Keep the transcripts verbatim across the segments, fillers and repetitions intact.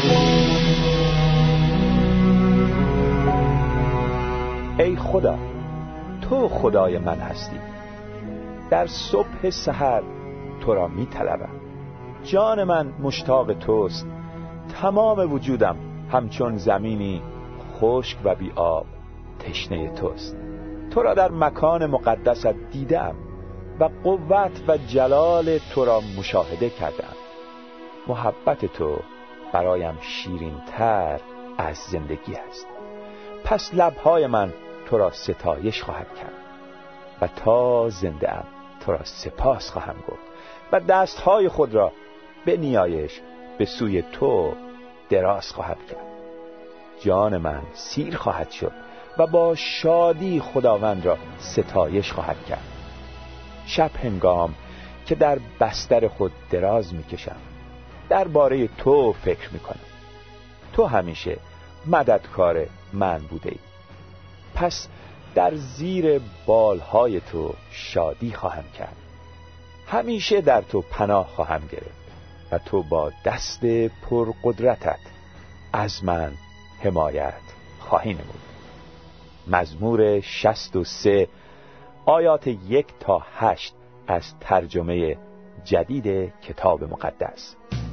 ای خدا، تو خدای من هستی. در صبح سحر تو را می طلبم. جان من مشتاق توست. تمام وجودم همچون زمینی خشک و بی آب تشنه توست. تو را در مکان مقدست دیدم و قوت و جلال تو را مشاهده کردم. محبت تو برایم شیرین تر از زندگی است. پس لبهای من تو را ستایش خواهد کرد و تا زنده ام تو را سپاس خواهم گفت و دستهای خود را به نیایش به سوی تو دراز خواهم کرد. جان من سیر خواهد شد و با شادی خداوند را ستایش خواهد کرد. شب هنگام که در بستر خود دراز میکشم، درباره تو فکر میکنم. تو همیشه مددکار من بوده ای. پس در زیر بالهای تو شادی خواهم کرد. همیشه در تو پناه خواهم گرفت و تو با دست پرقدرتت از من حمایت خواهی نمود. مزمور شصت و سه آیات یک تا هشت از ترجمه جدید کتاب مقدس.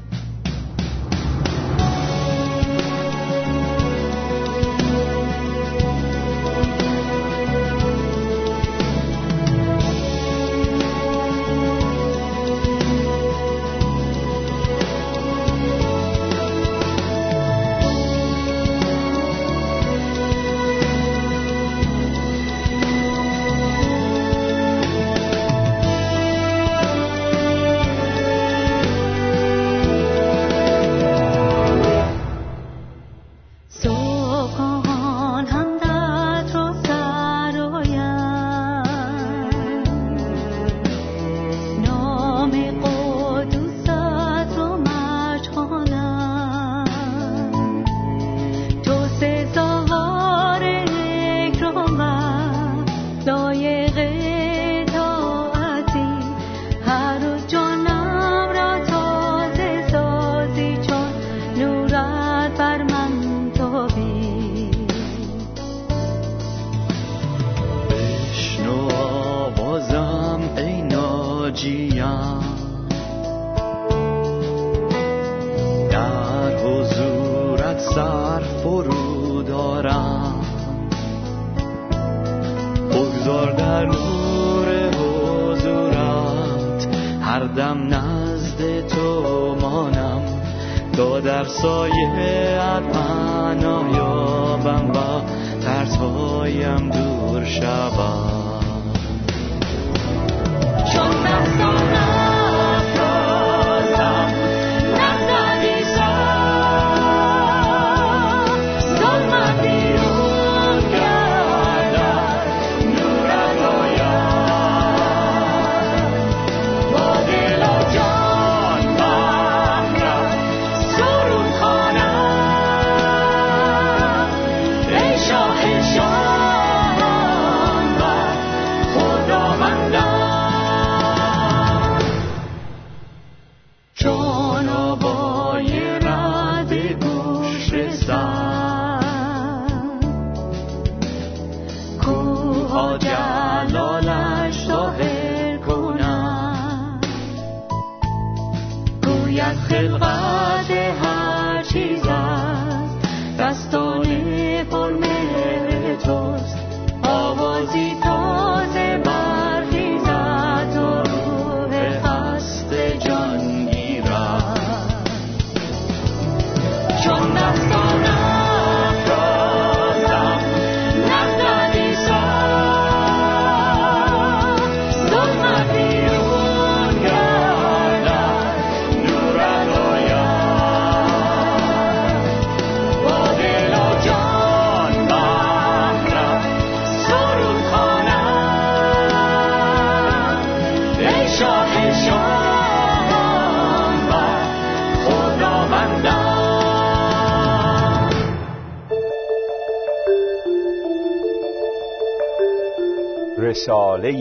رساله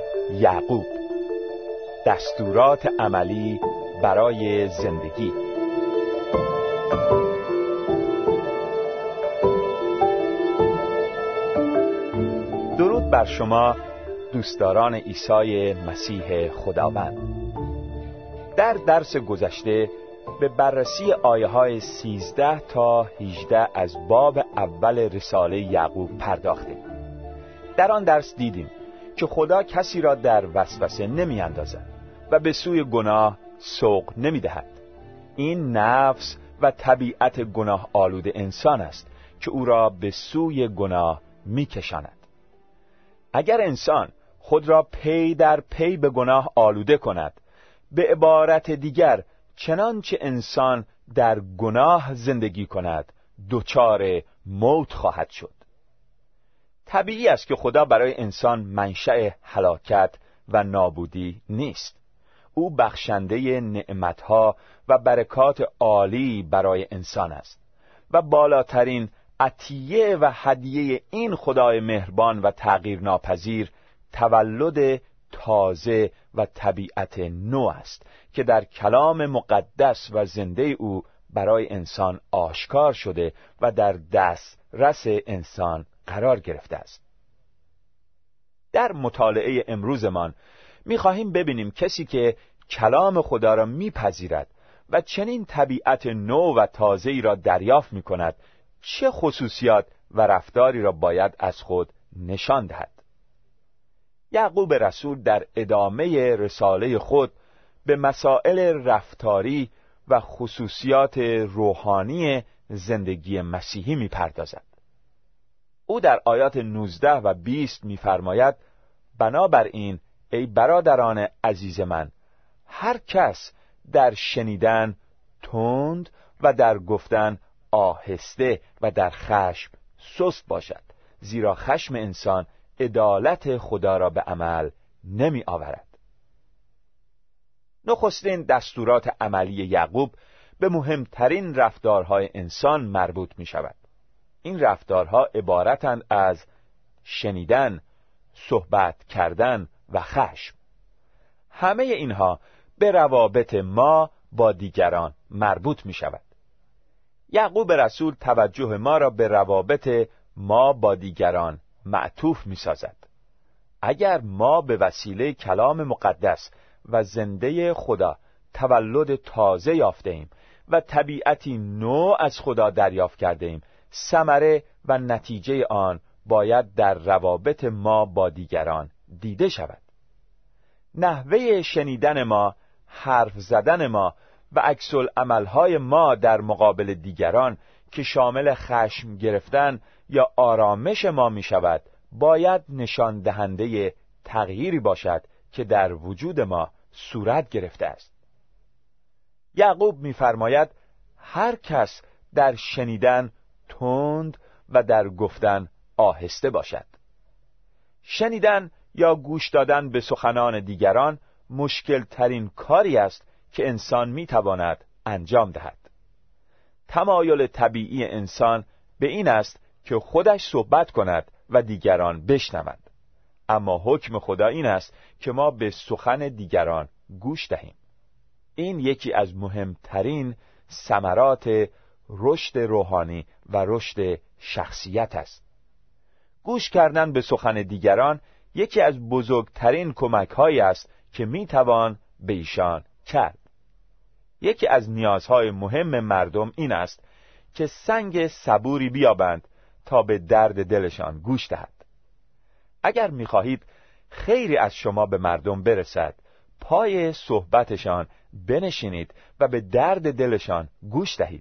یعقوب، دستورات عملی برای زندگی. درود بر شما دوستداران عیسی مسیح خداوند. در درس گذشته به بررسی آیه های سیزده تا هجده از باب اول رساله یعقوب پرداختیم. در آن درس دیدیم که خدا کسی را در وسوسه نمی اندازد و به سوی گناه سوق نمی دهد. این نفس و طبیعت گناه آلود انسان است که او را به سوی گناه می کشاند. اگر انسان خود را پی در پی به گناه آلوده کند، به عبارت دیگر چنانچه انسان در گناه زندگی کند دچار موت خواهد شد. طبیعی است که خدا برای انسان منشأ هلاکت و نابودی نیست. او بخشنده نعمتها و برکات عالی برای انسان است و بالاترین عطیه و هدیه این خدای مهربان و تغییر ناپذیر تولد تازه و طبیعت نو است که در کلام مقدس و زنده او برای انسان آشکار شده و در دسترس انسان قرار گرفته است. در مطالعه امروزمان می‌خواهیم ببینیم کسی که کلام خدا را می‌پذیرد و چنین طبیعت نو و تازه‌ای را دریافت می‌کند، چه خصوصیات و رفتاری را باید از خود نشان دهد. یعقوب رسول در ادامه رساله خود به مسائل رفتاری و خصوصیات روحانی زندگی مسیحی می‌پردازد. او در آیات نوزده و بیست می‌فرماید: بنابراین ای برادران عزیز من، هر کس در شنیدن تند و در گفتن آهسته و در خشم سست باشد، زیرا خشم انسان عدالت خدا را به عمل نمی آورد. نخستین دستورات عملی یعقوب به مهمترین رفتارهای انسان مربوط می شود. این رفتارها عبارتند از شنیدن، صحبت کردن و خشم. همه اینها به روابط ما با دیگران مربوط می شود. یعقوب رسول توجه ما را به روابط ما با دیگران معطوف می سازد. اگر ما به وسیله کلام مقدس و زنده خدا تولد تازه یافته ایم و طبیعتی نو از خدا دریافت کرده ایم، ثمره و نتیجه آن باید در روابط ما با دیگران دیده شود. نحوه شنیدن ما، حرف زدن ما و عکس‌العمل‌های ما در مقابل دیگران که شامل خشم گرفتن یا آرامش ما می شود، باید نشان دهنده تغییری باشد که در وجود ما صورت گرفته است. یعقوب می فرماید هر کس در شنیدن تند و در گفتن آهسته باشد. شنیدن یا گوش دادن به سخنان دیگران مشکل ترین کاری است که انسان می تواند انجام دهد. تمایل طبیعی انسان به این است که خودش صحبت کند و دیگران بشنوند، اما حکم خدا این است که ما به سخن دیگران گوش دهیم. این یکی از مهمترین ثمرات رشد روحانی و رشد شخصیت است. گوش کردن به سخن دیگران یکی از بزرگترین کمک‌هایی است که می‌توان به ایشان کرد. یکی از نیازهای مهم مردم این است که سنگ صبوری بیابند تا به درد دلشان گوش دهد. اگر می‌خواهید خیری از شما به مردم برسد، پای صحبتشان بنشینید و به درد دلشان گوش دهید.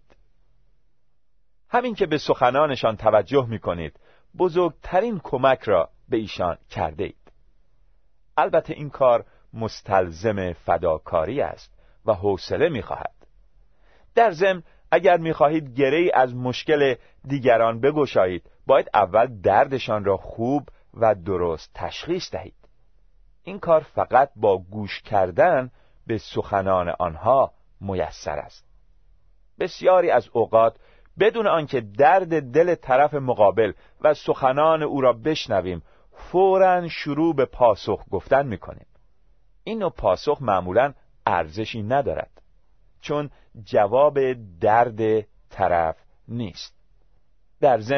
همین که به سخنانشان توجه می‌کنید، بزرگترین کمک را به ایشان کرده اید. البته این کار مستلزم فداکاری است و حوصله می‌خواهد. در ضمن اگر می‌خواهید گره‌ای از مشکل دیگران بگشایید، باید اول دردشان را خوب و درست تشخیص دهید. این کار فقط با گوش کردن به سخنان آنها میسر است. بسیاری از اوقات بدون آنکه درد دل طرف مقابل و سخنان او را بشنویم، فوراً شروع به پاسخ گفتن می‌کنیم. این نوع پاسخ معمولاً ارزشی ندارد، چون جواب درد طرف نیست. در ضمن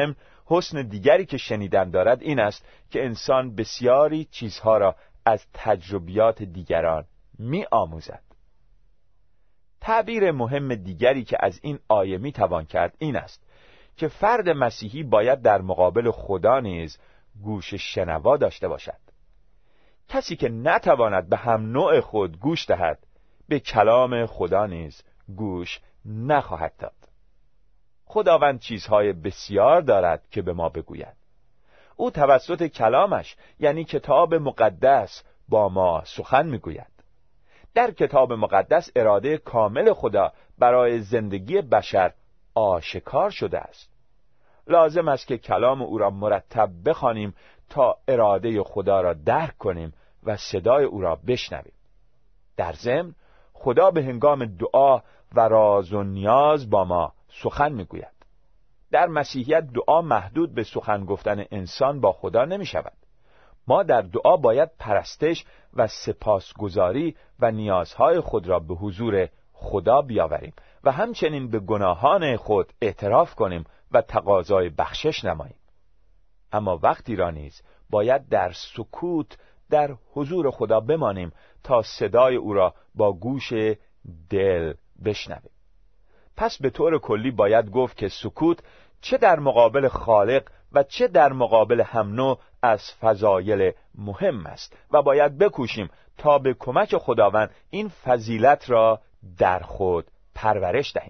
حسن دیگری که شنیدن دارد این است که انسان بسیاری چیزها را از تجربیات دیگران می آموزد. تعبیر مهم دیگری که از این آیه می توان کرد این است که فرد مسیحی باید در مقابل خدا نیز گوش شنوا داشته باشد. کسی که نتواند به هم نوع خود گوش دهد به کلام خدا نیز گوش نخواهد داد. خداوند چیزهای بسیار دارد که به ما بگوید. او توسط کلامش یعنی کتاب مقدس با ما سخن میگوید. در کتاب مقدس اراده کامل خدا برای زندگی بشر آشکار شده است. لازم است که کلام او را مرتب بخوانیم تا اراده خدا را درک کنیم و صدای او را بشنویم. در ضمن خدا به هنگام دعا و راز و نیاز با ما سخن میگوید. در مسیحیت دعا محدود به سخن گفتن انسان با خدا نمی شود. ما در دعا باید پرستش و سپاسگزاری و نیازهای خود را به حضور خدا بیاوریم و همچنین به گناهان خود اعتراف کنیم و تقاضای بخشش نماییم. اما وقتی را نیز باید در سکوت در حضور خدا بمانیم تا صدای او را با گوش دل بشنویم. پس به طور کلی باید گفت که سکوت چه در مقابل خالق و چه در مقابل هم نوع از فضایل مهم است و باید بکوشیم تا به کمک خداوند این فضیلت را در خود پرورش دهیم.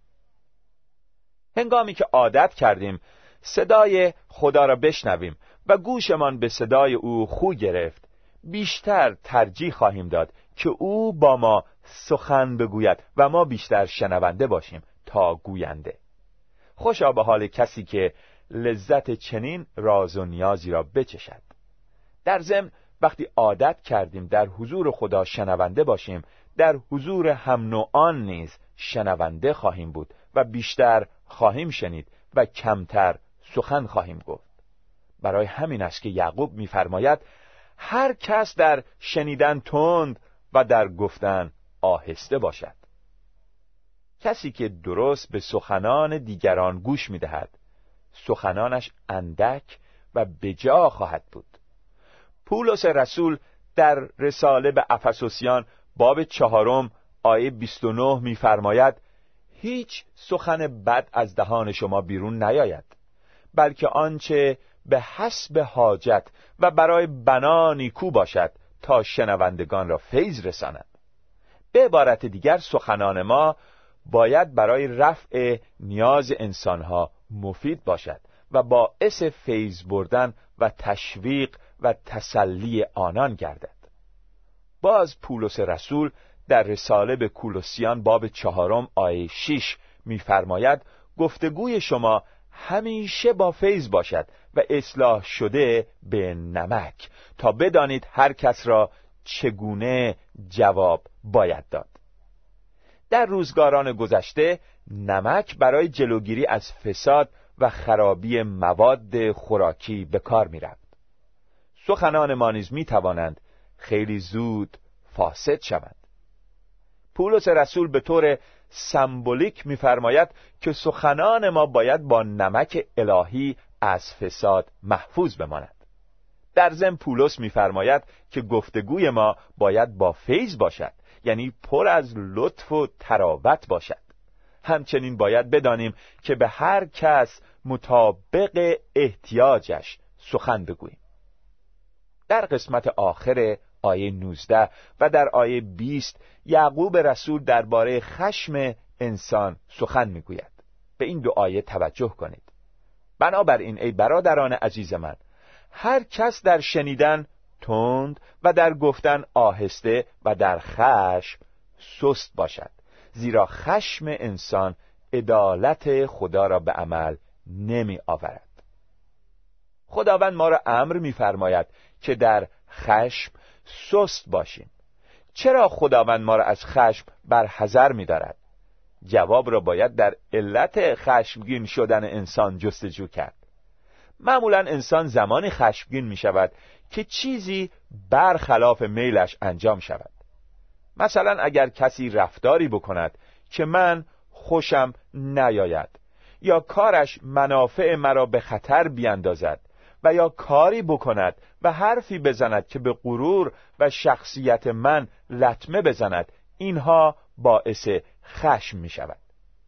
هنگامی که عادت کردیم صدای خدا را بشنویم و گوشمان به صدای او خو گرفت، بیشتر ترجیح خواهیم داد که او با ما سخن بگوید و ما بیشتر شنونده باشیم تا گوینده. خوشا به حال کسی که لذت چنین راز و نیازی را بچشد. در ضمن وقتی عادت کردیم در حضور خدا شنونده باشیم، در حضور هم نوعان نیز شنونده خواهیم بود و بیشتر خواهیم شنید و کمتر سخن خواهیم گفت. برای همین است که یعقوب می‌فرماید هر کس در شنیدن تند و در گفتن آهسته باشد. کسی که درست به سخنان دیگران گوش می‌دهد، سخنانش اندک و بجا خواهد بود. پولس رسول در رساله به افسوسیان باب چهارم آیه بیست و نه می‌فرماید هیچ سخن بد از دهان شما بیرون نیاید، بلکه آنچه به حسب حاجت و برای بنا نیکو باشد تا شنوندگان را فیض رساند. به عبارت دیگر سخنان ما باید برای رفع نیاز انسانها مفید باشد و باعث فیض بردن و تشویق و تسلی آنان گردد. باز پولس رسول در رساله به کولوسیان باب چهارم آیه شش می‌فرماید گفتگوی شما همیشه با فیض باشد و اصلاح شده به نمک، تا بدانید هر کس را چگونه جواب باید داد. در روزگاران گذشته نمک برای جلوگیری از فساد و خرابی مواد خوراکی به کار می رفت. سخنان ما نیز می توانند خیلی زود فاسد شوند. پولس رسول به طور سمبولیک می فرماید که سخنان ما باید با نمک الهی از فساد محفوظ بماند. در ضمن پولس می فرماید که گفتگوی ما باید با فیض باشد، یعنی پر از لطف و تراوت باشد. همچنین باید بدانیم که به هر کس مطابق احتیاجش سخن بگوییم. در قسمت آخر آیه نوزده و در آیه بیست یعقوب رسول درباره خشم انسان سخن میگوید. به این دو آیه توجه کنید. بنابراین ای برادران عزیز من، هر کس در شنیدن تند و در گفتن آهسته و در خشم سست باشد، زیرا خشم انسان عدالت خدا را به عمل نمی آورد. خداوند ما را امر می فرماید که در خشم سست باشیم. چرا خداوند ما را از خشم برحذر می دارد؟ جواب را باید در علت خشمگین شدن انسان جستجو کرد. معمولا انسان زمانی خشمگین می شود که چیزی برخلاف میلش انجام شود. مثلا اگر کسی رفتاری بکند که من خوشم نیاید، یا کارش منافع مرا به خطر بیندازد و یا کاری بکند و حرفی بزند که به غرور و شخصیت من لطمه بزند، اینها باعث خشم می شود.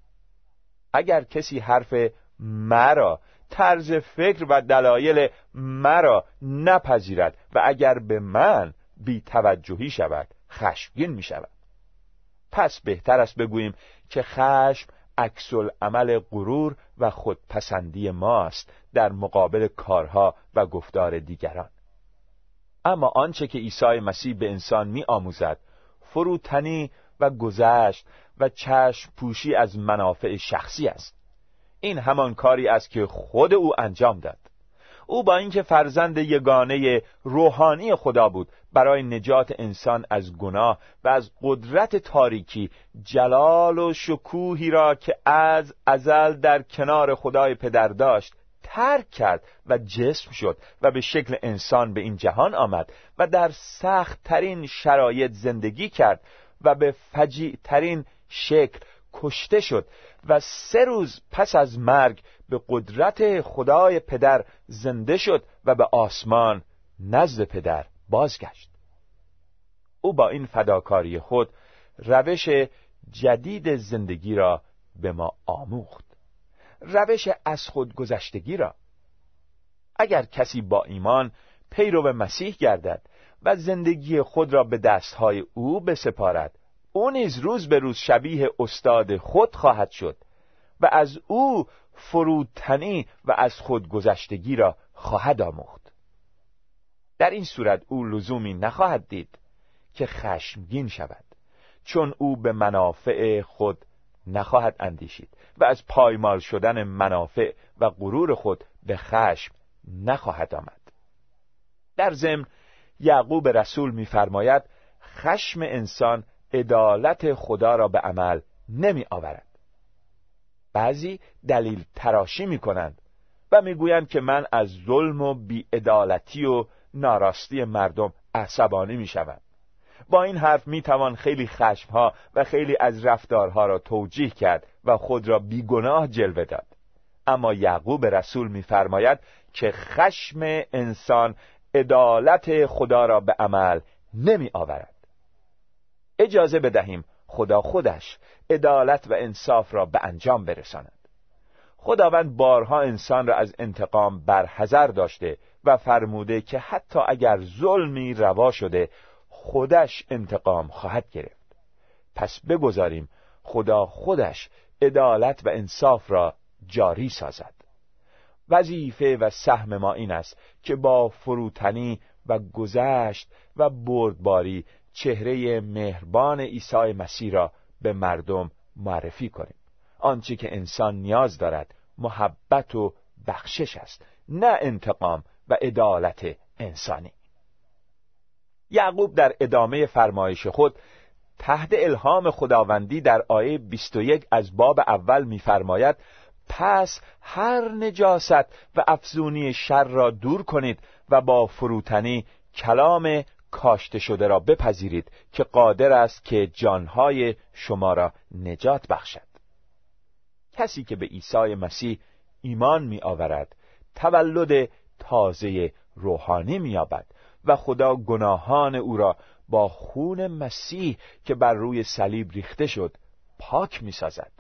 اگر کسی حرف مرا، طرز فکر و دلایل مرا نپذیرد و اگر به من بی توجهی شود، خشمگین می شود. پس بهتر است بگوییم که خشم عکس العمل غرور و خودپسندی ماست در مقابل کارها و گفتار دیگران. اما آنچه که عیسی مسیح به انسان می آموزد فروتنی و گذشت و چشم پوشی از منافع شخصی است. این همان کاری است که خود او انجام داد. او با اینکه فرزند یگانه روحانی خدا بود، برای نجات انسان از گناه و از قدرت تاریکی جلال و شکوهی را که از ازل در کنار خدای پدر داشت ترک کرد و جسم شد و به شکل انسان به این جهان آمد و در سخت ترین شرایط زندگی کرد و به فجیع ترین شکل کشته شد و سه روز پس از مرگ به قدرت خدای پدر زنده شد و به آسمان نزد پدر بازگشت. او با این فداکاری خود روش جدید زندگی را به ما آموخت، روش از خود گذشتگی را. اگر کسی با ایمان پیرو مسیح گردد و زندگی خود را به دستهای او بسپارد، او نیز روز به روز شبیه استاد خود خواهد شد و از او فروتنی و از خودگذشتگی را خواهد آموخت. در این صورت او لزومی نخواهد دید که خشمگین شود، چون او به منافع خود نخواهد اندیشید و از پایمال شدن منافع و غرور خود به خشم نخواهد آمد. در ضمن یعقوب رسول می‌فرماید خشم انسان عدالت خدا را به عمل نمی آورد. بعضی دلیل تراشی می کنند و می گویند که من از ظلم و بی‌عدالتی و ناراستی مردم عصبانی می شوم. با این حرف می توان خیلی خشمها و خیلی از رفتارها را توجیه کرد و خود را بیگناه جلوه داد. اما یعقوب رسول می فرماید که خشم انسان عدالت خدا را به عمل نمی آورد. اجازه بدهیم خدا خودش عدالت و انصاف را به انجام برساند. خداوند بارها انسان را از انتقام برحذر داشته و فرموده که حتی اگر ظلمی روا شده خودش انتقام خواهد گرفت. پس بگذاریم خدا خودش عدالت و انصاف را جاری سازد. وظیفه و سهم ما این است که با فروتنی و گذشت و بردباری چهره مهربان عیسی مسیح را به مردم معرفی کنیم. آنچه که انسان نیاز دارد محبت و بخشش است، نه انتقام و عدالت انسانی. یعقوب در ادامه فرمایش خود تحت الهام خداوندی در آیه بیست و یک از باب اول می‌فرماید پس هر نجاست و افزونی شر را دور کنید و با فروتنی کلام کاشته شده را بپذیرید که قادر است که جانهای شما را نجات بخشد. کسی که به عیسی مسیح ایمان می آورد تولد تازه روحانی می یابد و خدا گناهان او را با خون مسیح که بر روی صلیب ریخته شد پاک می سازد.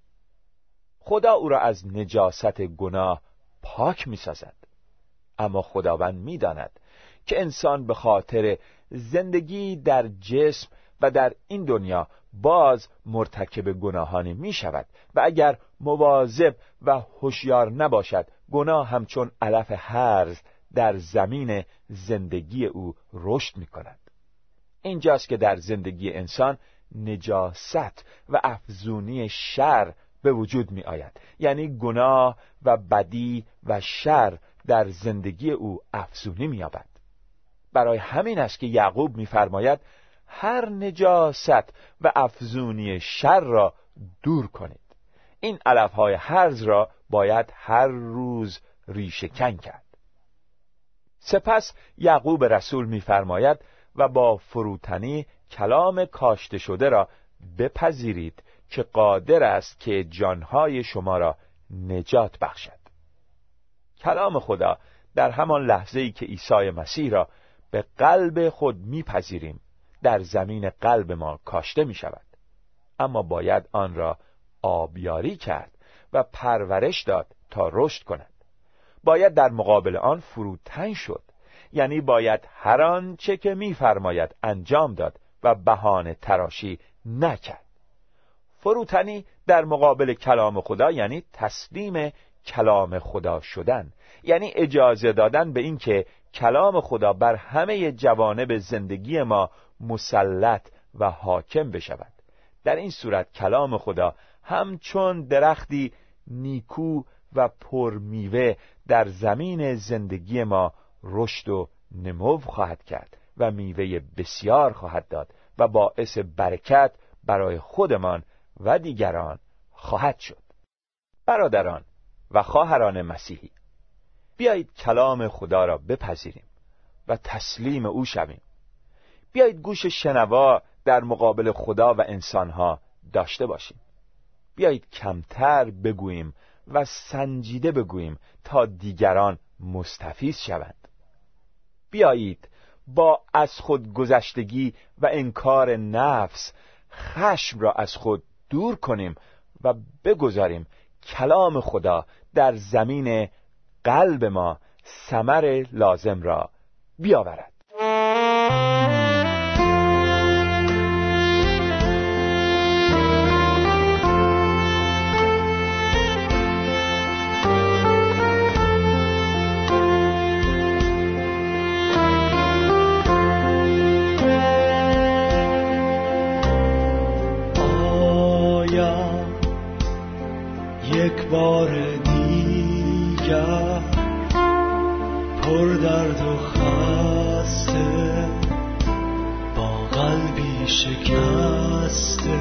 خدا او را از نجاست گناه پاک می سازد. اما خداوند می داند که انسان به خاطر زندگی در جسم و در این دنیا باز مرتکب گناهانی می شود و اگر مواظب و هوشیار نباشد گناه همچون علف هرز در زمین زندگی او رشد می کند. اینجاست که در زندگی انسان نجاست و افزونی شر به وجود می آید، یعنی گناه و بدی و شر در زندگی او افزونی می یابد. برای همین است که یعقوب می‌فرماید هر نجاست و افزونی شر را دور کنید. این علف‌های هرز را باید هر روز ریشه کن کرد. سپس یعقوب رسول می‌فرماید و با فروتنی کلام کاشته شده را بپذیرید که قادر است که جانهای شما را نجات بخشد. کلام خدا در همان لحظه‌ای که عیسی مسیح را به قلب خود میپذیریم در زمین قلب ما کاشته می شود، اما باید آن را آبیاری کرد و پرورش داد تا رشد کند. باید در مقابل آن فروتن شد، یعنی باید هر آنچه که می‌فرماید انجام داد و بهانه تراشی نکرد. فروتنی در مقابل کلام خدا یعنی تسلیم کلام خدا شدن، یعنی اجازه دادن به این که کلام خدا بر همه جوانب زندگی ما مسلط و حاکم بشود. در این صورت کلام خدا همچون درختی نیکو و پرمیوه در زمین زندگی ما رشد و نمو خواهد کرد و میوه بسیار خواهد داد و باعث برکت برای خودمان و دیگران خواهد شد. برادران و خواهران مسیحی، بیایید کلام خدا را بپذیریم و تسلیم او شویم. بیایید گوش شنوا در مقابل خدا و انسانها داشته باشیم. بیایید کمتر بگوییم و سنجیده بگوییم تا دیگران مستفیض شوند. بیایید با از خود گذشتگی و انکار نفس خشم را از خود دور کنیم و بگذاریم کلام خدا در زمین قلب ما ثمر لازم را بیاورد. یک بار دیگر پر درد و خسته با قلبی شکسته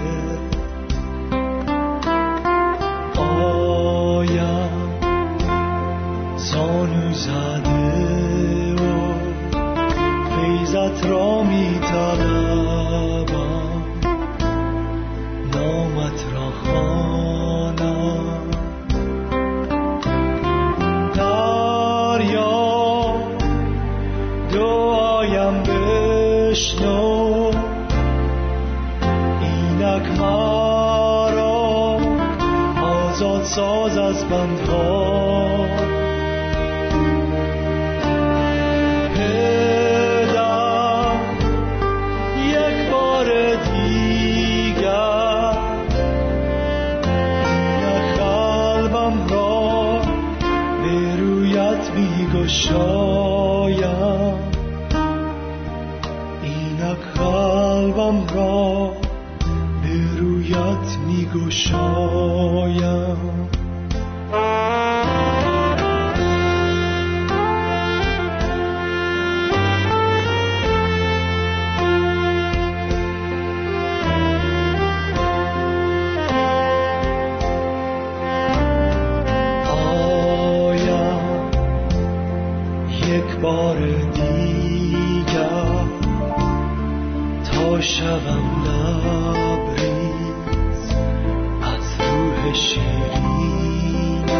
آیم زانو زده و فیضت را می طلبم، نامت را خوانم. بشنو اینک مرا آزاد ساز از بندها. پدر یک بار دیگر اینک قلبم را به رویت می‌گشایم، قلبم را به رویت می گشایم. آیم یک بار دیگر تا شوم لبریز از روح شیرینت.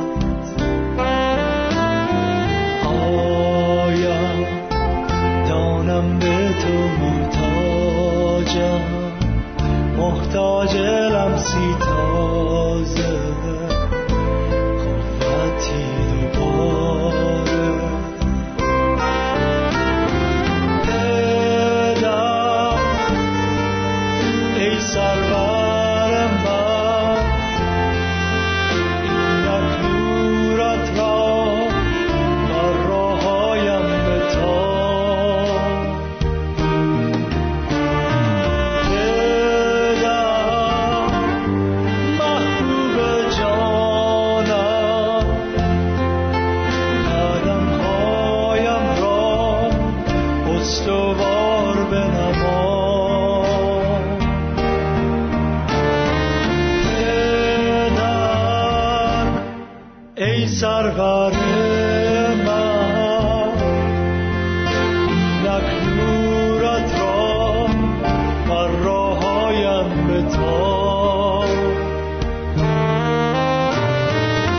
آیم دانم به تو محتاجم، محتاج لمسی تازه، قوتی دوباره. سرور من اینک نورت را بر راهایم بتاب. دلم محبوب جانم قدمهایم را استوار بنما. ای سرور من اینک نورت را بر راهایم بتاب.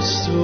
است